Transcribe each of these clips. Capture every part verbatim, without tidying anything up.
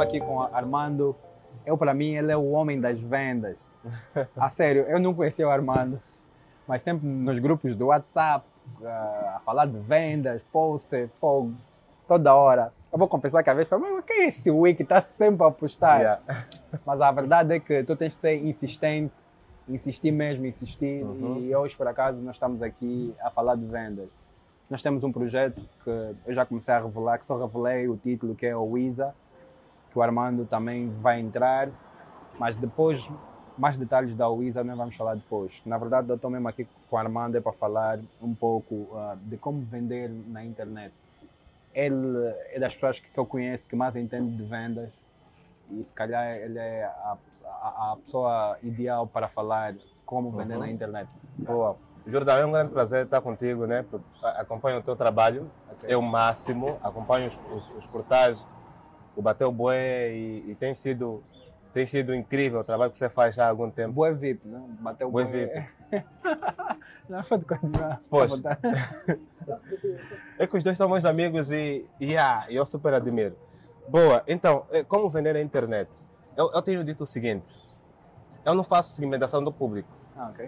estou aqui com o Armando. Eu, para mim, ele é o homem das vendas. A sério, eu não conhecia o Armando, mas sempre nos grupos do WhatsApp, uh, a falar de vendas, poster, fogo, toda hora. Eu vou confessar que às vezes falo, mas quem é esse Wii que está sempre a postar? Yeah. Mas a verdade é que tu tens de ser insistente, insistir mesmo, insistir. Uhum. E hoje, por acaso, nós estamos aqui a falar de vendas. Nós temos um projeto que eu já comecei a revelar, que só revelei o título, que é o Wiza, que o Armando também vai entrar, mas depois, mais detalhes da Wiza nós vamos falar depois. Na verdade, eu estou mesmo aqui com o Armando é para falar um pouco uh, de como vender na internet. Ele é das pessoas que eu conheço que mais entende de vendas e se calhar ele é a, a, a pessoa ideal para falar como vender Uhum. na internet. Boa. Jordão, é um grande prazer estar contigo, né? Acompanho o teu trabalho, Okay. é o máximo, acompanho os, os, os portais, o Bateu Bué e, e tem sido tem sido incrível o trabalho que você faz já há algum tempo. Bué V I P, né? Bateu Bué bué. V I P. Não pode continuar. Pois. Tá É que os dois somos amigos e, e ah, eu super admiro. Boa, então, como vender na internet? Eu, eu tenho dito o seguinte, eu não faço segmentação do público. Ah, ok.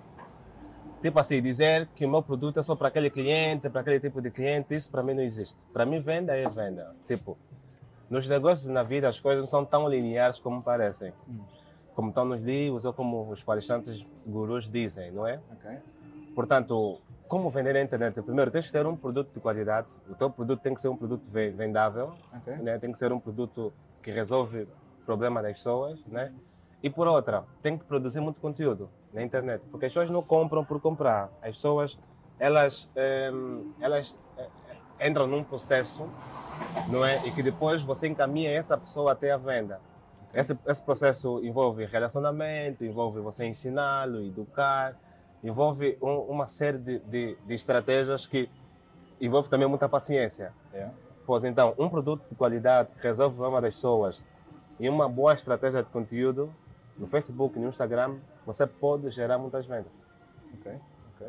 Tipo assim, dizer que o meu produto é só para aquele cliente, para aquele tipo de cliente, isso para mim não existe. Para mim, venda é venda. Tipo, nos negócios e na vida as coisas não são tão lineares como parecem. Hum. Como estão nos livros ou como os palestrantes gurus dizem, não é? Ok. Portanto, como vender na internet? Primeiro, tens que ter um produto de qualidade. O teu produto tem que ser um produto vendável, Ok. né? Tem que ser um produto que resolve o problema das pessoas, né? E por outra, tem que produzir muito conteúdo na internet, porque as pessoas não compram por comprar. As pessoas, elas, ehm, elas eh, entram num processo, não é? E que depois você encaminha essa pessoa até a venda. Okay. Esse, esse processo envolve relacionamento, envolve você ensiná-lo, educar, envolve um, uma série de, de, de estratégias que envolve também muita paciência. Yeah. Pois então, um produto de qualidade que resolve o problema das pessoas e uma boa estratégia de conteúdo no Facebook e no Instagram, você pode gerar muitas vendas. Ok, ok.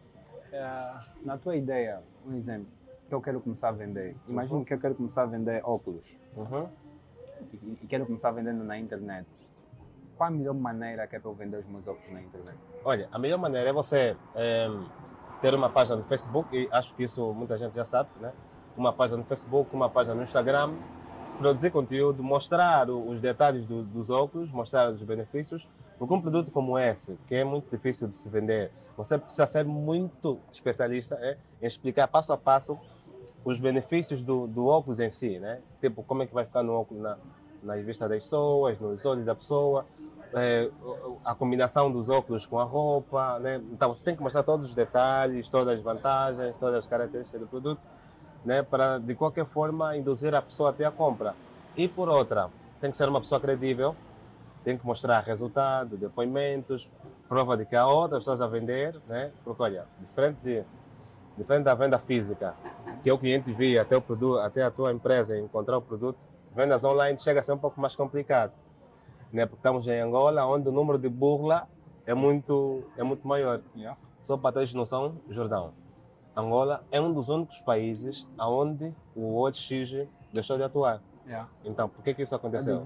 Uh, na tua ideia, um exemplo, que eu quero começar a vender. Imagina uhum. que eu quero começar a vender óculos. Uhum. E, e quero começar vendendo na internet. Qual a melhor maneira que é para eu vender os meus óculos na internet? Olha, a melhor maneira é você é, ter uma página no Facebook, e acho que isso muita gente já sabe, né? Uma página no Facebook, uma página no Instagram, produzir conteúdo, mostrar os detalhes do, dos óculos, mostrar os benefícios, porque um produto como esse, que é muito difícil de se vender, você precisa ser muito especialista é, em explicar passo a passo os benefícios do, do óculos em si, né? Tipo, como é que vai ficar no óculos na, na vista das pessoas, nos olhos da pessoa, é, a combinação dos óculos com a roupa, né? Então você tem que mostrar todos os detalhes, todas as vantagens, todas as características do produto, né, para de qualquer forma induzir a pessoa até a compra. E por outra, tem que ser uma pessoa credível, tem que mostrar resultado, depoimentos, prova de que há outras pessoas a vender, né? Porque olha, diferente, de, diferente da venda física, que é o cliente via até, o produto, até a tua empresa encontrar o produto, vendas online chega a ser um pouco mais complicado, né? Porque estamos em Angola, onde o número de burla é muito, é muito maior. Yeah. Só para teres noção, Jordão, Angola é um dos únicos países onde o O L X deixou de atuar. Yeah. Então, por que que isso aconteceu?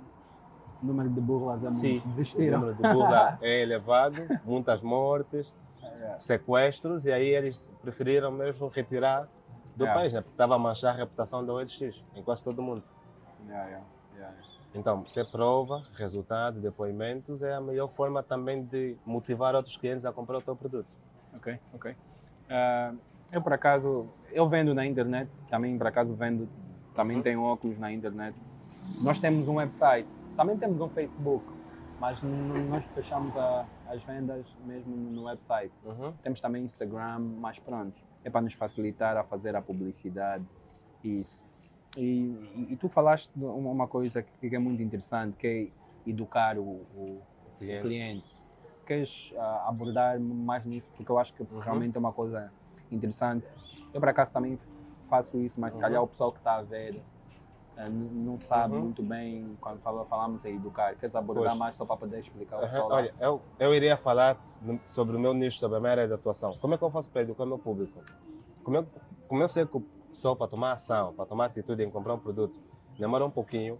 O número de burlas é muito. Sim, Desistiram. o número de burla é elevado, muitas mortes, yeah. sequestros, e aí eles preferiram mesmo retirar do yeah. país, né? Porque estava a manchar a reputação do O L X em quase todo mundo. Yeah, yeah, yeah. Então, ter prova, resultado, depoimentos é a melhor forma também de motivar outros clientes a comprar o teu produto. Ok, ok. Uh, eu, por acaso, eu vendo na internet, também, por acaso, vendo, também uhum. tenho óculos na internet. Nós temos um website, também temos um Facebook, mas nós fechamos a, as vendas mesmo no website. Uhum. Temos também Instagram, mas pronto, é para nos facilitar a fazer a publicidade e isso. E, e, e tu falaste de uma coisa que é muito interessante, que é educar o, o cliente. cliente. Queres uh, abordar mais nisso? Porque eu acho que uhum. realmente é uma coisa interessante. Eu, por acaso, também faço isso, mas uhum. se calhar o pessoal que está a ver uh, não sabe uhum. muito bem quando fala, falamos em educar. Queres abordar pois. mais só para poder explicar ao pessoal? Uhum. Olha, eu, eu iria falar sobre o meu nicho, sobre a minha área de atuação. Como é que eu faço para educar o meu público? Como eu, como eu sei que o pessoal, para tomar ação, para tomar atitude em comprar um produto, demora um pouquinho,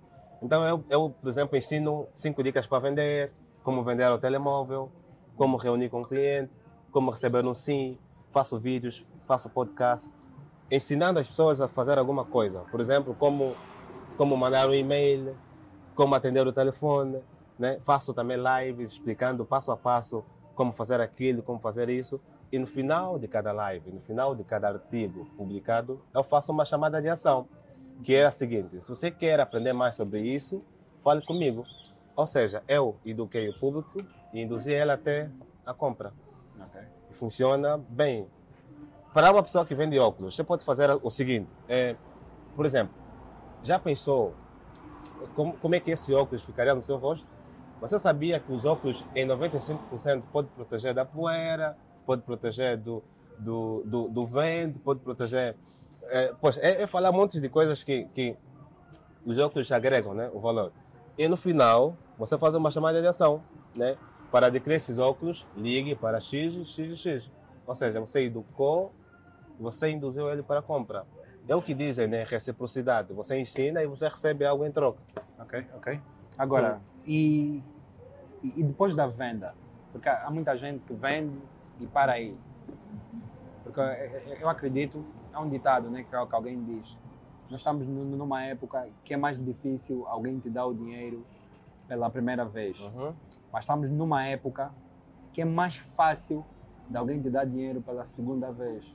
Então eu, eu, por exemplo, ensino cinco dicas para vender, como vender ao telemóvel, como reunir com o cliente, como receber um sim, faço vídeos, faço podcast, ensinando as pessoas a fazer alguma coisa. Por exemplo, como, como mandar um e-mail, como atender o telefone, né? Faço também lives explicando passo a passo como fazer aquilo, como fazer isso. E no final de cada live, no final de cada artigo publicado, eu faço uma chamada de ação, que é a seguinte: se você quer aprender mais sobre isso, fale comigo. Ou seja, eu eduquei o público e induzi ele até a compra. Okay. E funciona bem. Para uma pessoa que vende óculos, você pode fazer o seguinte, é, por exemplo, já pensou como, como é que esse óculos ficaria no seu rosto? Você sabia que os óculos em noventa e cinco por cento pode proteger da poeira, pode proteger do, do, do, do vento, pode proteger... É, pois, é, é falar um monte de coisas que, que os óculos agregam, né, o valor. E no final, você faz uma chamada de ação, né? Para adquirir esses óculos, ligue para X, X, X. Ou seja, você educou, você induziu ele para a compra. É o que dizem, né? Reciprocidade. Você ensina e você recebe algo em troca. Ok, ok. Agora, hum. e, e depois da venda? Porque há muita gente que vende e para aí. Porque eu acredito, há um ditado, né, que alguém diz: nós estamos numa época que é mais difícil alguém te dar o dinheiro pela primeira vez. Uhum. Mas estamos numa época que é mais fácil de alguém te dar dinheiro pela segunda vez.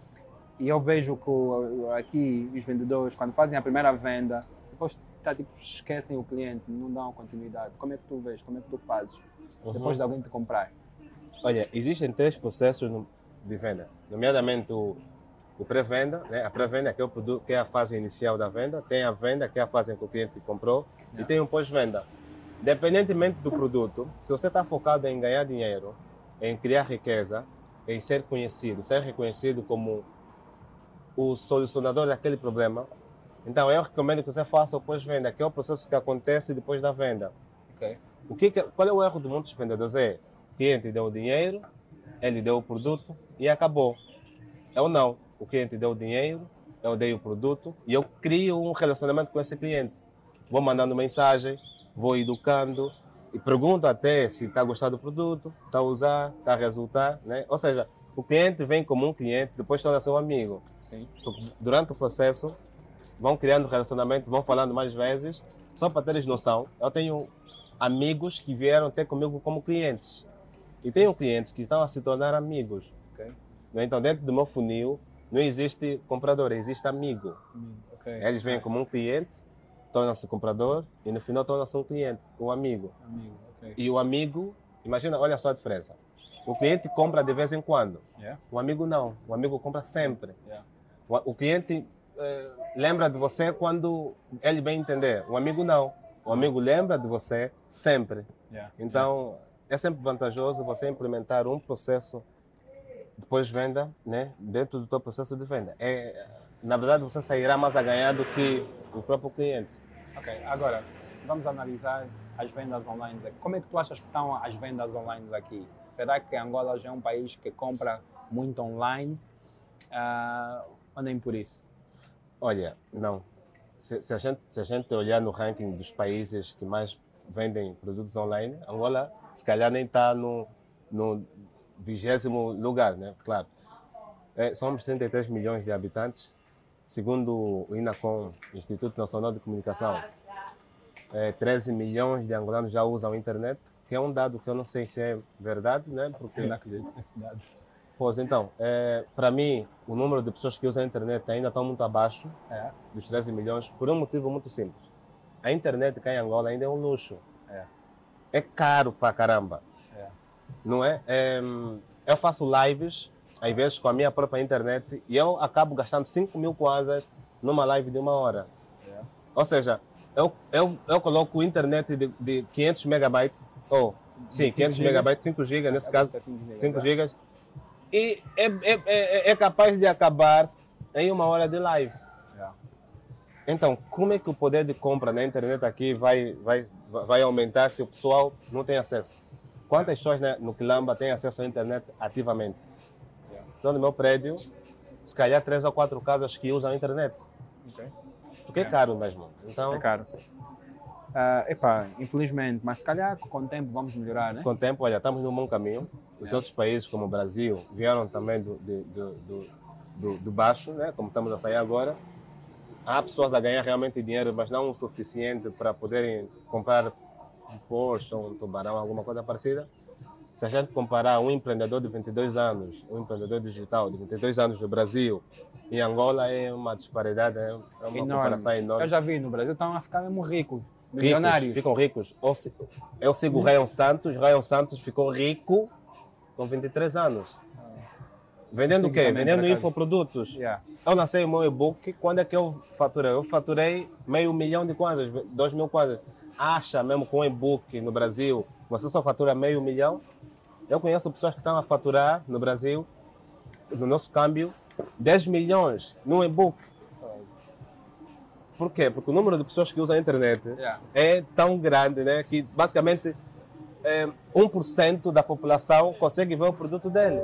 E eu vejo que aqui os vendedores, quando fazem a primeira venda, depois tá, tipo, esquecem o cliente, não dão continuidade. Como é que tu vês? Como é que tu fazes uhum. depois de alguém te comprar? Olha, existem três processos de venda, nomeadamente o O pré-venda, né? A pré-venda que é o produto, que é a fase inicial da venda, tem a venda, que é a fase em que o cliente comprou, yeah. e tem o pós-venda. Independentemente do produto, se você está focado em ganhar dinheiro, em criar riqueza, em ser conhecido, ser reconhecido como o solucionador daquele problema, então eu recomendo que você faça o pós-venda, que é o processo que acontece depois da venda. Okay. O que, qual é o erro de muitos vendedores? É, o cliente deu o dinheiro, ele deu o produto e acabou. Eu não. O cliente deu o dinheiro, eu dei o produto e eu crio um relacionamento com esse cliente. Vou mandando mensagem, vou educando e pergunto até se está gostando do produto, está a usar, está a resultar, né? Ou seja, o cliente vem como um cliente, depois torna-se um amigo. Sim. Durante o processo, vão criando relacionamento, vão falando mais vezes. Só para teres noção, eu tenho amigos que vieram ter comigo como clientes. E tenho clientes que estão a se tornar amigos. Okay. Então, dentro do meu funil, não existe comprador, existe amigo. Okay. Eles vêm como um cliente, tornam-se comprador e no final tornam-se um cliente, um amigo. amigo okay. E o amigo, imagina, olha só a diferença. O cliente compra de vez em quando. Yeah. O amigo não. O amigo compra sempre. Yeah. O, o cliente eh, lembra de você quando ele bem entender. O amigo não. O amigo lembra de você sempre. Yeah. Então, yeah. é sempre vantajoso você implementar um processo depois venda, né, dentro do teu processo de venda. É, na verdade, você sairá mais a ganhar do que o próprio cliente. Ok, agora vamos analisar as vendas online. Como é que tu achas que estão as vendas online aqui? Será que Angola já é um país que compra muito online? Uh, ou nem por isso? Olha, não. Se, se, a gente, se a gente olhar no ranking dos países que mais vendem produtos online, Angola, se calhar, nem está no... no vigésimo lugar, né? Claro. É, somos trinta e três milhões de habitantes. Segundo o INACOM, Instituto Nacional de Comunicação, é, treze milhões de angolanos já usam a internet, que é um dado que eu não sei se é verdade, né? Porque... Eu não acredito nesse dado. Pois então, é, para mim, o número de pessoas que usam a internet ainda está muito abaixo é. dos treze milhões, por um motivo muito simples. A internet cá em Angola ainda é um luxo. É, é caro pra caramba. Não é? é? Eu faço lives, às vezes, com a minha própria internet e eu acabo gastando cinco mil kwanzas numa live de uma hora. É. Ou seja, eu, eu, eu coloco internet de, de quinhentos megabytes, ou sim, quinhentos megabytes, cinco gigas nesse caso, cinco gigas, e é, é, é, é capaz de acabar em uma hora de live. É. Então, como é que o poder de compra na internet aqui vai, vai, vai aumentar se o pessoal não tem acesso? Quantas pessoas, né, no Quilamba têm acesso à internet ativamente? Yeah. Só no meu prédio, se calhar três ou quatro casas que usam a internet. Okay. Porque é. é caro mesmo. Então, é caro. Ah, epá, infelizmente, mas se calhar com o tempo vamos melhorar, né? Com o tempo, olha, estamos num bom caminho. Os outros países, como o Brasil, vieram também do, do, do, do, do, do baixo, né? Como estamos a sair agora. Há pessoas a ganhar realmente dinheiro, mas não o suficiente para poderem comprar um Porsche, um tubarão, alguma coisa parecida. Se a gente comparar um empreendedor de vinte e dois anos, um empreendedor digital de vinte e dois anos no Brasil e Angola, é uma disparidade, é uma Enorme. comparação enorme. Eu já vi no Brasil, estão a ficar mesmo ricos, Ricos, milionários. ficam ricos. Eu se- Eu sigo o Ryan Santos, Ryan Santos ficou rico com vinte e três anos. Vendendo o Sigo quê? também, Vendendo por acaso. infoprodutos. Yeah. Eu lancei o meu e-book, quando é que eu faturei? Eu faturei meio milhão de kwanzas, dois mil kwanzas. Acha mesmo com e-book no Brasil, você só fatura meio milhão? Eu conheço pessoas que estão a faturar no Brasil, no nosso câmbio, dez milhões num e-book. Por quê? Porque o número de pessoas que usam a internet Yeah. é tão grande, né, que basicamente é, um por cento da população consegue ver o produto dele.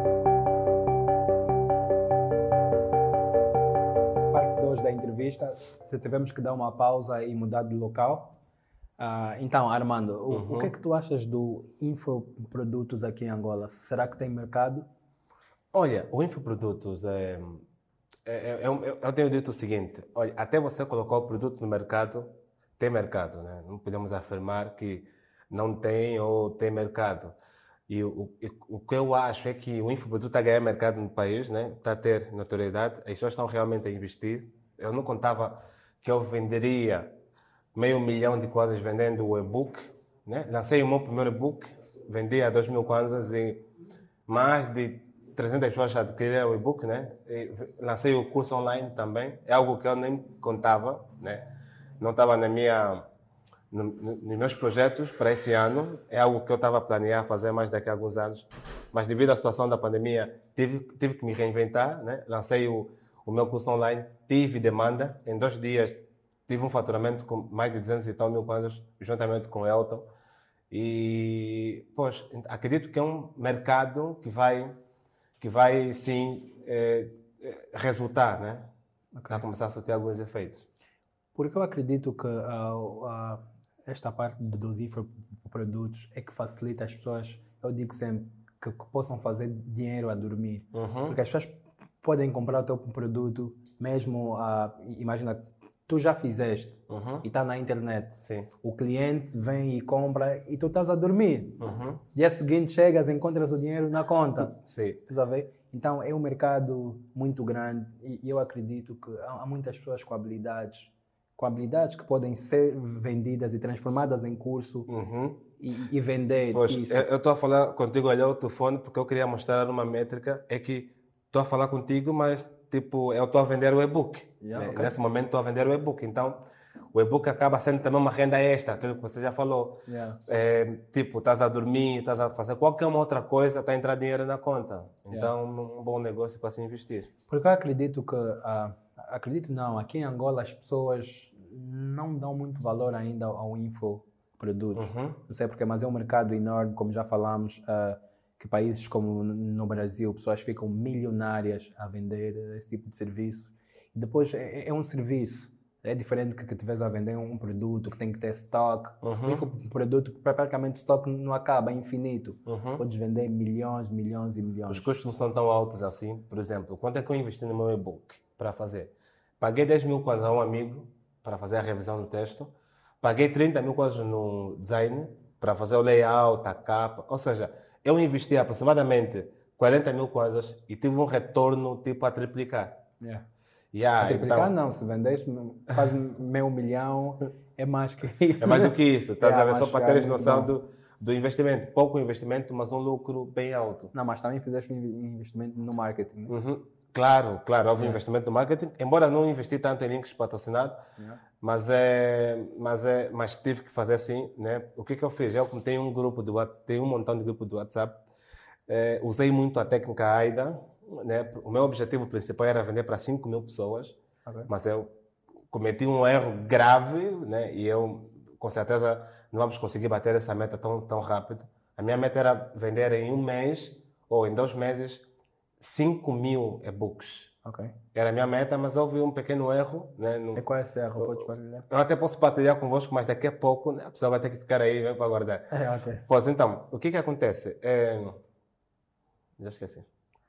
Parte dois da entrevista, tivemos que dar uma pausa e mudar de local. Ah, então, Armando, o, o que é que tu achas do infoprodutos aqui em Angola? Será que tem mercado? Olha, o infoprodutos é, é, é, é um- eu eu tenho dito o seguinte, olha, até você colocar o produto no mercado, tem mercado, né? Não podemos afirmar que não tem ou tem mercado. E o, o, o que eu acho é que o infoproduto está a ganhar mercado no país, né? Está a ter notoriedade, as pessoas estão realmente a investir. Eu não contava que eu venderia meio milhão de kwanzas vendendo o e-book, né? Lancei o meu primeiro e-book, vendi a dois mil kwanzas e mais de trezentas pessoas adquiriram o e-book, né? E lancei o curso online também, é algo que eu nem contava, né? Não estava na minha, no, no, nos meus projetos para esse ano, é algo que eu estava a planear fazer mais daqui a alguns anos, mas devido à situação da pandemia, tive, tive que me reinventar, né? Lancei o, o meu curso online, tive demanda, em dois dias tive um faturamento com mais de duzentos e tal mil kwanzas, juntamente com o Elton. E, pois, acredito que é um mercado que vai, que vai sim, eh, eh, resultar, né? Está a começar a surtir alguns efeitos. Porque eu acredito que ah, ah, esta parte dos infoprodutos é que facilita as pessoas, eu digo sempre, que, que possam fazer dinheiro a dormir. Porque as pessoas podem comprar o teu produto, mesmo, ah, imagina, tu já fizeste e está na internet. Sim. O cliente vem e compra e tu estás a dormir. Uhum. Dia seguinte chegas, encontras o dinheiro na conta. Sim. Estás a ver? Então é um mercado muito grande e eu acredito que há há muitas pessoas com habilidades, com habilidades que podem ser vendidas e transformadas em curso Uhum. e, e vender Pois, isso. eu estou a falar contigo, olhar o telefone, porque eu queria mostrar uma métrica, é que estou a falar contigo, mas tipo, eu estou a vender o e-book. Yeah, né? ok. Nesse momento estou a vender o e-book. Então, o e-book acaba sendo também uma renda extra, aquilo que você já falou. Yeah. É, tipo, estás a dormir, estás a fazer qualquer uma outra coisa, está a entrar dinheiro na conta. Então, um bom negócio para se investir. Porque eu acredito que, ah, acredito não, aqui em Angola as pessoas não dão muito valor ainda ao, ao infoprodutos. Uhum. Não sei porquê, mas é um mercado enorme, como já falamos, ah, que países como no Brasil, pessoas ficam milionárias a vender esse tipo de serviço. E depois é, é um serviço. É diferente que, que estiveres a vender um produto que tem que ter stock. Uhum. O infoproduto, praticamente o stock não acaba, é infinito. Uhum. Podes vender milhões, milhões e Os milhões. custos não são tão altos assim. Por exemplo, quanto é que eu investi no meu e-book para fazer? Paguei dez mil kwanzas a um amigo para fazer a revisão do texto. Paguei trinta mil kwanzas no design para fazer o layout, a capa. Ou seja, eu investi aproximadamente quarenta mil kwanzas e tive um retorno tipo a triplicar. Yeah. Yeah, A triplicar então, não, se vendes quase meio milhão, é mais que isso. é mais do que isso. Estás É, a ver? mas Só para é teres muito noção bom. do, do investimento. Pouco investimento, mas um lucro bem alto. Não, mas também fizeste um investimento no marketing, né? Uhum. Claro, claro, houve investimento no marketing, embora não investi tanto em links patrocinados, Yeah. mas, é, mas, é, mas tive que fazer assim, né? O que que eu fiz? Eu como tenho um grupo do WhatsApp, tenho um montão de grupo do WhatsApp, eh, usei muito a técnica AIDA, né? O meu objetivo principal era vender para cinco mil pessoas, Ok. mas eu cometi um erro grave, né? E eu, com certeza, não vamos conseguir bater essa meta tão, tão rápido. A minha meta era vender em um mês ou em dois meses cinco mil e-books. Ok. Era a minha meta, mas houve um pequeno erro. Né, no... E qual é esse erro? Podes partilhar? Eu até posso partilhar convosco, mas daqui a pouco, né, a pessoa vai ter que ficar aí, né, para aguardar. É, ok. Pois então, o que que acontece? É... Já esqueci.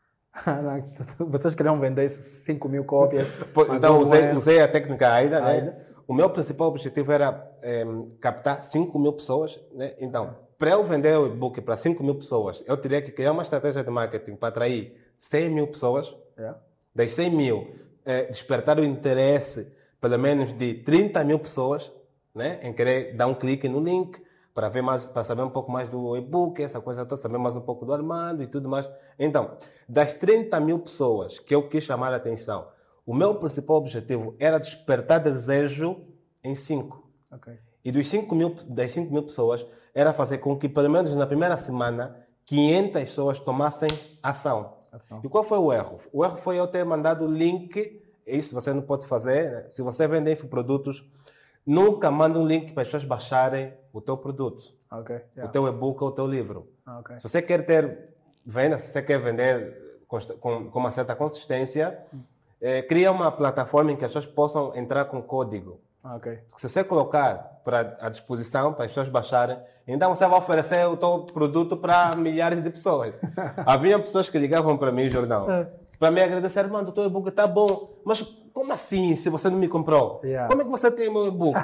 Vocês queriam vender cinco mil cópias. Pois, mas então, houve um usei, erro. usei a técnica AIDA, né? AIDA. O meu principal objetivo era é, captar cinco mil pessoas, né? Então, para eu vender o e-book para cinco mil pessoas, eu teria que criar uma estratégia de marketing para atrair cem mil pessoas. Yeah. Das cem mil, é, despertar o interesse pelo menos de trinta mil pessoas, né? Em querer dar um clique no link para ver mais, para saber um pouco mais do e-book, essa coisa toda, saber mais um pouco do Armando e tudo mais. Então, das trinta mil pessoas que eu quis chamar a atenção, o meu principal objetivo era despertar desejo em cinco. Okay. E dos cinco mil, das cinco mil pessoas, era fazer com que, pelo menos na primeira semana, quinhentas pessoas tomassem ação. ação. E qual foi o erro? O erro foi eu ter mandado o link, isso você não pode fazer, né? Se você vende infoprodutos, nunca manda um link para as pessoas baixarem o teu produto, okay. yeah. o teu e-book ou o teu livro. Okay. Se você quer ter venda, se você quer vender com, com, com uma certa consistência, hum. é, cria uma plataforma em que as pessoas possam entrar com código. Okay. Se você colocar para à disposição para as pessoas baixarem, então você vai oferecer o teu produto para milhares de pessoas. Havia pessoas que ligavam para mim, Jordão, é. para me agradecer, mano, o teu e-book está bom, mas como assim se você não me comprou? Yeah. Como é que você tem o meu e-book?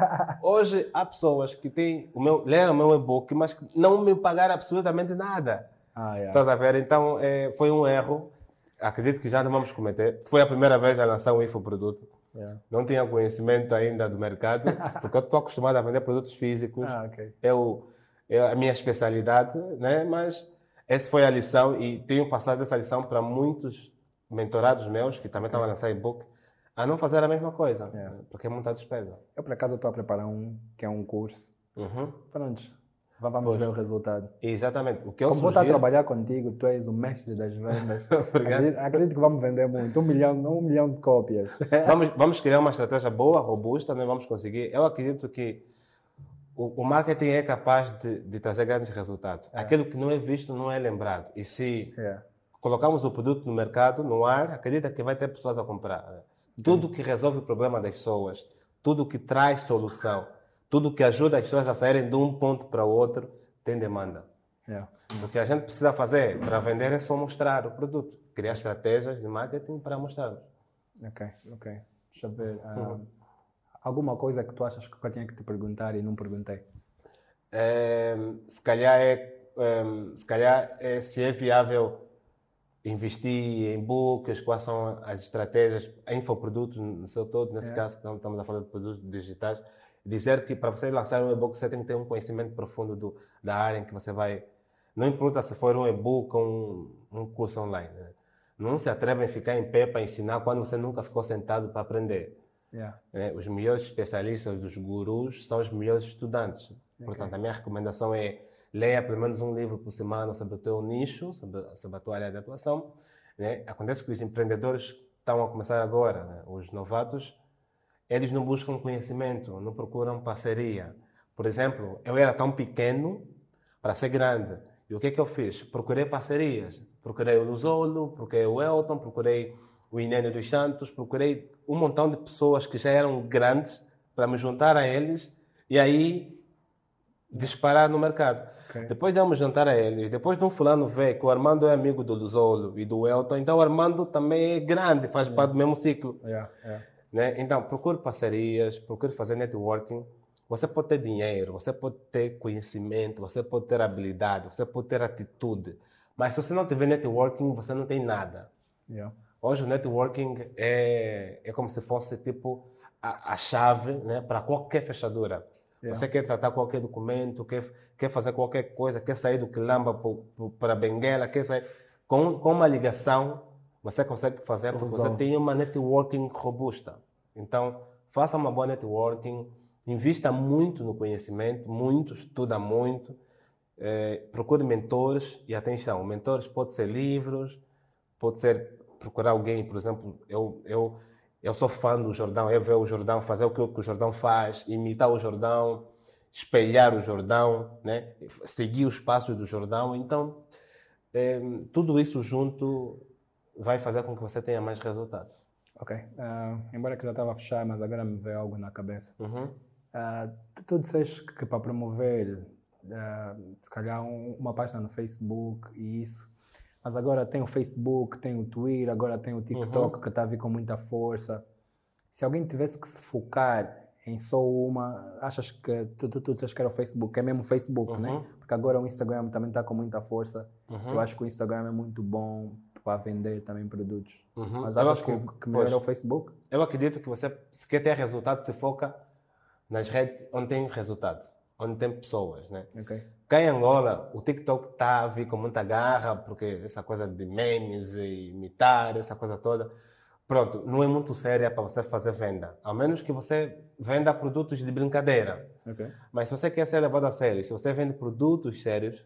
Hoje há pessoas que têm o meu, leram o meu e-book, mas não me pagaram absolutamente nada. Ah, yeah. Estás a ver? Então é, foi um erro, acredito que já não vamos cometer. Foi a primeira vez a lançar um infoproduto. Yeah. Não tinha conhecimento ainda do mercado, porque eu estou acostumado a vender produtos físicos. Ah, okay. é, o, é a minha especialidade, né? Mas essa foi a lição e tenho passado essa lição para muitos mentorados meus, que também estavam a lançar e-book, a não fazer a mesma coisa, yeah. porque é muita despesa. Eu, por acaso, estou a preparar um, que é um curso. Uhum. Pronto, vamos pois. ver o resultado. Exatamente. O que eu Como sugiro... vou estar a trabalhar contigo, tu és o mestre das vendas. acredito, acredito que vamos vender muito, um milhão, um milhão de cópias. vamos, vamos criar uma estratégia boa, robusta, né? Vamos conseguir. Eu acredito que o, o marketing é capaz de, de trazer grandes resultados. É. Aquilo que não é visto não é lembrado. E se é. colocarmos o produto no mercado, no ar, acredita que vai ter pessoas a comprar. Né? Tudo que resolve o problema das pessoas, tudo que traz solução, tudo que ajuda as pessoas a saírem de um ponto para o outro, tem demanda. Yeah. O que a gente precisa fazer para vender é só mostrar o produto, criar estratégias de marketing para mostrarmos. Ok, ok. Deixa eu ver. Uh, uhum. Alguma coisa que tu achas que eu tinha que te perguntar e não perguntei? É, se calhar é, é, se calhar é se é viável investir em books, quais são as estratégias, infoprodutos no seu todo, nesse yeah. caso que estamos a falar de produtos digitais. Dizer que para você lançar um e-book você tem que ter um conhecimento profundo do, da área em que você vai... Não importa se for um e-book ou um, um curso online. Né? Não se atrevem a ficar em pé para ensinar quando você nunca ficou sentado para aprender. Yeah. É, os melhores especialistas, os gurus, são os melhores estudantes. Okay. Portanto, a minha recomendação é leia pelo menos um livro por semana sobre o teu nicho, sobre, sobre a tua área de atuação. Né? Acontece que os empreendedores estão a começar agora, né? Os novatos, eles não buscam conhecimento, não procuram parceria. Por exemplo, eu era tão pequeno para ser grande. E o que é que eu fiz? Procurei parcerias. Procurei o Luzolo, procurei o Elton, procurei o Inênio dos Santos, procurei um montão de pessoas que já eram grandes para me juntar a eles e aí disparar no mercado. Okay. Depois de eu me juntar a eles, depois de um fulano ver que o Armando é amigo do Luzolo e do Elton, então o Armando também é grande, faz yeah. parte do mesmo ciclo. Yeah, yeah. Né? Então, procure parcerias, procure fazer networking. Você pode ter dinheiro, você pode ter conhecimento, você pode ter habilidade, você pode ter atitude. Mas se você não tiver networking, você não tem nada. Yeah. Hoje o networking é, é como se fosse tipo a, a chave, né, para qualquer fechadura. Yeah. Você quer tratar qualquer documento, quer, quer fazer qualquer coisa, quer sair do Quilamba para Benguela, quer sair... Com, com uma ligação, você consegue fazer porque você tem uma networking robusta. Então, faça uma boa networking, invista muito no conhecimento, muito, estuda muito, eh, procure mentores e atenção, mentores pode ser livros, pode ser procurar alguém, por exemplo, eu, eu, eu sou fã do Jordão, eu vejo o Jordão fazer o que o Jordão faz, imitar o Jordão, espelhar o Jordão, né? Seguir os passos do Jordão. Então, eh, tudo isso junto vai fazer com que você tenha mais resultados. Ok. Uh, embora que já estava a fechar, mas agora me veio algo na cabeça. Uhum. Uh, tu, tu disseste que para promover, uh, se calhar, um, uma página no Facebook e isso, mas agora tem o Facebook, tem o Twitter, agora tem o TikTok, uhum, que está a vir com muita força. Se alguém tivesse que se focar em só uma, achas que tu, tu, tu disseste que era o Facebook, é mesmo o Facebook, uhum, né? Porque agora o Instagram também está com muita força. Uhum. Eu acho que o Instagram é muito bom para vender também produtos. Uhum. Mas achas que, que melhor é o Facebook? Eu acredito que você, se quer ter resultado, se foca nas redes onde tem resultado, onde tem pessoas, né? Okay. Cá em Angola, o TikTok está a vir com muita garra, porque essa coisa de memes e imitar, essa coisa toda, pronto, não é muito séria para você fazer venda. Ao menos que você venda produtos de brincadeira. Okay. Mas se você quer ser levado a sério, se você vende produtos sérios,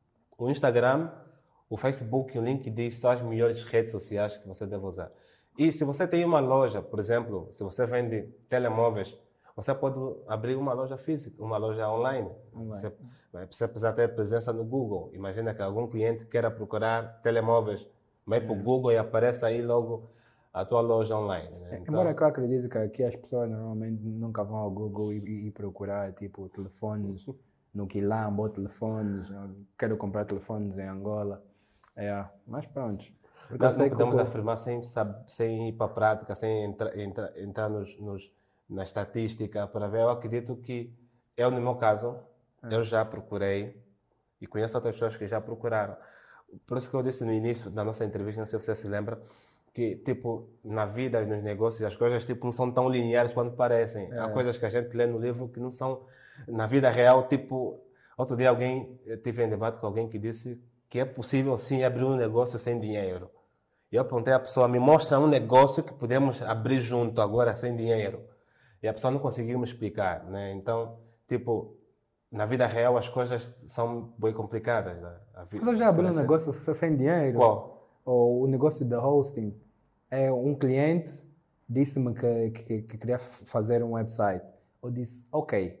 o Instagram, o Facebook e o LinkedIn são as melhores redes sociais que você deve usar. E se você tem uma loja, por exemplo, se você vende telemóveis, você pode abrir uma loja física, uma loja online. online. Você, você precisa ter presença no Google. Imagina que algum cliente queira procurar telemóveis, vai para o Google e aparece aí logo a tua loja online. Né? Então, embora que eu acredito que aqui as pessoas normalmente nunca vão ao Google e, e, e procurar tipo telefones no Quilamba ou telefones, quero comprar telefones em Angola. É, mas pronto. Porque nós não podemos que... afirmar sem, sem ir para a prática, sem entra, entra, entrar nos, nos, na estatística para ver. Eu acredito que eu, no meu caso, é. eu já procurei e conheço outras pessoas que já procuraram. Por isso que eu disse no início da nossa entrevista, não sei se você se lembra, que tipo, na vida, nos negócios, as coisas tipo, não são tão lineares quanto parecem. É. Há coisas que a gente lê no livro que não são, na vida real, tipo... Outro dia alguém, eu tive um debate com alguém que disse que é possível sim abrir um negócio sem dinheiro. E eu perguntei à pessoa, me mostra um negócio que podemos abrir junto agora sem dinheiro. E a pessoa não conseguiu me explicar, né? Então, tipo, na vida real as coisas são bem complicadas. Né? Você já abriu um negócio sem dinheiro? Qual? Ou o negócio de hosting. É, um cliente disse-me que, que, que queria fazer um website. Eu disse, ok,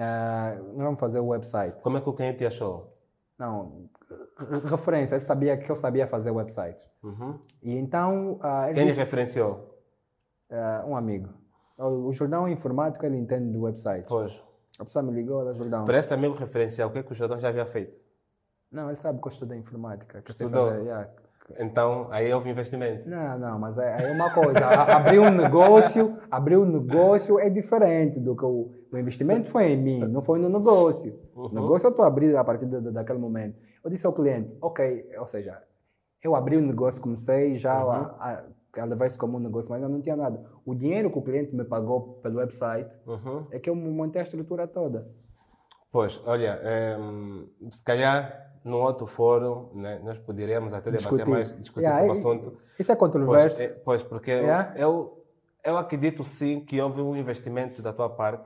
uh, nós vamos fazer o website. Como é que o cliente achou? Não, referência, ele sabia que eu sabia fazer website. Uhum. E então... Uh, ele Quem disse, lhe referenciou? Uh, um amigo. O Jordão é informático, ele entende do website. Pois. A pessoa me ligou, da Jordão. Para esse amigo referencial, o que é que o Jordão já havia feito? Não, ele sabe que eu estudei informática. Que Estudou? Sei fazer, yeah. Então, aí houve investimento? Não, não, mas é, é uma coisa. abrir um negócio, abrir um negócio é diferente do que o, o investimento foi em mim, não foi no negócio. Uhum. O negócio eu estou abrindo a partir de, de, daquele momento. Eu disse ao cliente, ok, ou seja, eu abri o negócio, comecei já uhum. a, a, a levar isso como um negócio, mas eu não tinha nada. O dinheiro que o cliente me pagou pelo website uhum. é que eu montei a estrutura toda. Pois, olha, é, se calhar num outro fórum, né, nós poderíamos até discutir. debater mais, discutir yeah, sobre o assunto. Isso é controverso. Pois, é, pois porque yeah. eu, eu, eu acredito sim que houve um investimento da tua parte.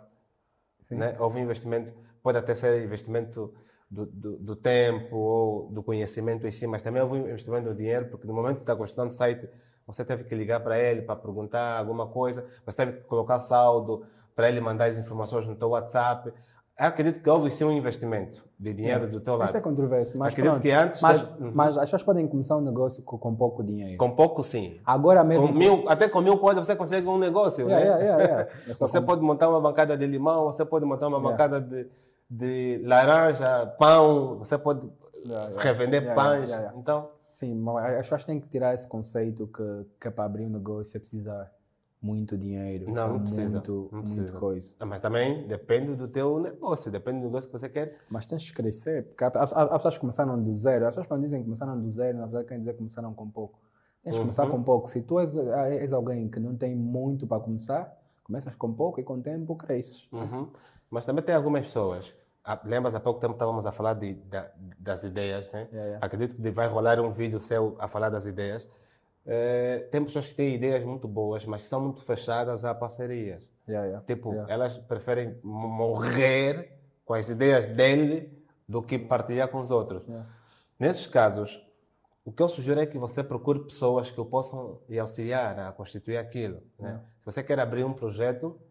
Né? Houve um investimento, pode até ser investimento do, do, do tempo ou do conhecimento em si, mas também houve um investimento do dinheiro, porque no momento que está construindo o site, você teve que ligar para ele para perguntar alguma coisa, você teve que colocar saldo para ele mandar as informações no teu WhatsApp. Eu acredito que houve sim um investimento de dinheiro é. do teu lado. Isso é controverso, mas acredito pronto. que antes... Mas, deve... mas as pessoas podem começar um negócio com, com pouco dinheiro. Com pouco, sim. Agora mesmo... Com mil, até com mil coisas você consegue um negócio, yeah, né? Yeah, yeah, yeah. Você com... pode montar uma bancada de limão, você pode montar uma yeah. bancada de, de laranja, pão, você pode yeah, yeah. revender yeah, pães. Yeah, yeah, yeah. Então... Sim, mas as pessoas têm que tirar esse conceito que, que é para abrir um negócio você precisa muito dinheiro. Não, não precisa. Muito, não muito precisa. coisa. Mas também depende do teu negócio, depende do negócio que você quer. Mas tens que crescer, porque as pessoas começaram do zero. As pessoas quando dizem que começaram do zero, na verdade querem dizer que começaram com pouco. Tens que uhum. começar com pouco. Se tu és, és alguém que não tem muito para começar, começas com pouco e com o tempo cresces. Uhum. Mas também tem algumas pessoas. Lembras, há pouco tempo estávamos a falar de, de, das ideias, né? Yeah, yeah. Acredito que vai rolar um vídeo seu a falar das ideias. É, tem pessoas que têm ideias muito boas, mas que são muito fechadas a parcerias. Yeah, yeah. Tipo, yeah. elas preferem morrer com as ideias dele do que partilhar com os outros. Yeah. Nesses casos, o que eu sugiro é que você procure pessoas que o possam lhe auxiliar a constituir aquilo. Né? Yeah. Se você quer abrir um projeto,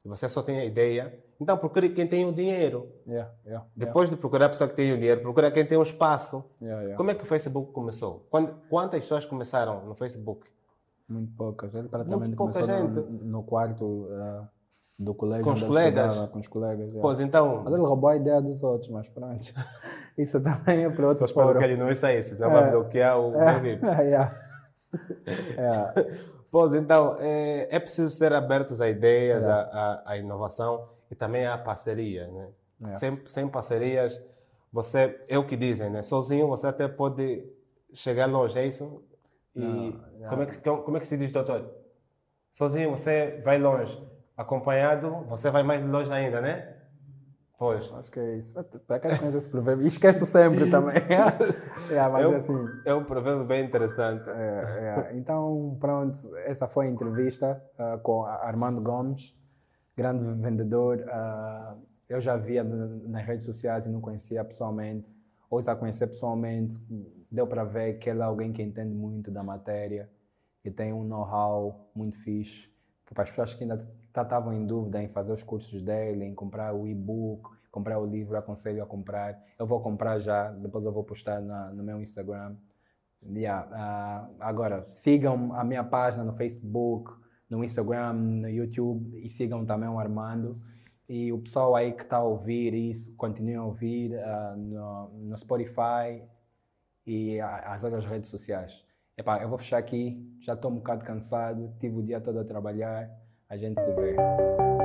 e você só tem a ideia, então procure quem tem o dinheiro. Yeah, yeah, Depois de procurar a pessoa que tem o dinheiro, procura quem tem o espaço. yeah, yeah. Como é que o Facebook começou? Quando, quantas pessoas começaram no Facebook? Muito poucas. Ele praticamente Muito pouca começou gente. no, no quarto uh, do colégio. Com os onde ele colegas? estudava, com os colegas. Yeah. Pois então, Mas ele roubou a ideia dos outros, mas pronto. Isso também é para só outro espero fórum. que ele não ouça isso, senão vai bloquear o É, vídeo. yeah. Yeah. Pois então, é, é preciso ser abertos a ideias, É. a, a, a inovação e também a parcerias, né? É. Sem, sem parcerias, você, é o que dizem, né? Sozinho você até pode chegar longe, é isso? E Não, como, é que, como é que se diz, doutor? Sozinho você vai longe, acompanhado você vai mais longe ainda, né? Pois. Acho que é isso. Para cá conhece esse provérbio. E esqueço sempre também. Yeah, mas É um, assim. é um provérbio bem interessante. É, é. Então, pronto, essa foi a entrevista uh, com Armando Gomes, grande vendedor. Uh, eu já via nas redes sociais e não conhecia pessoalmente. Hoje a conhecer pessoalmente, deu para ver que ele é alguém que entende muito da matéria, que tem um know-how muito fixe. Para as pessoas que ainda estavam em dúvida em fazer os cursos dele, em comprar o e-book, comprar o livro, aconselho a comprar. Eu vou comprar já, depois eu vou postar na, no meu Instagram. Yeah. Uh, agora, sigam a minha página no Facebook, no Instagram, no YouTube e sigam também o Armando. E o pessoal aí que está a ouvir isso, continuem a ouvir uh, no, no Spotify e as outras redes sociais. Epá, eu vou fechar aqui, já estou um bocado cansado, tive o dia todo a trabalhar, a gente se vê.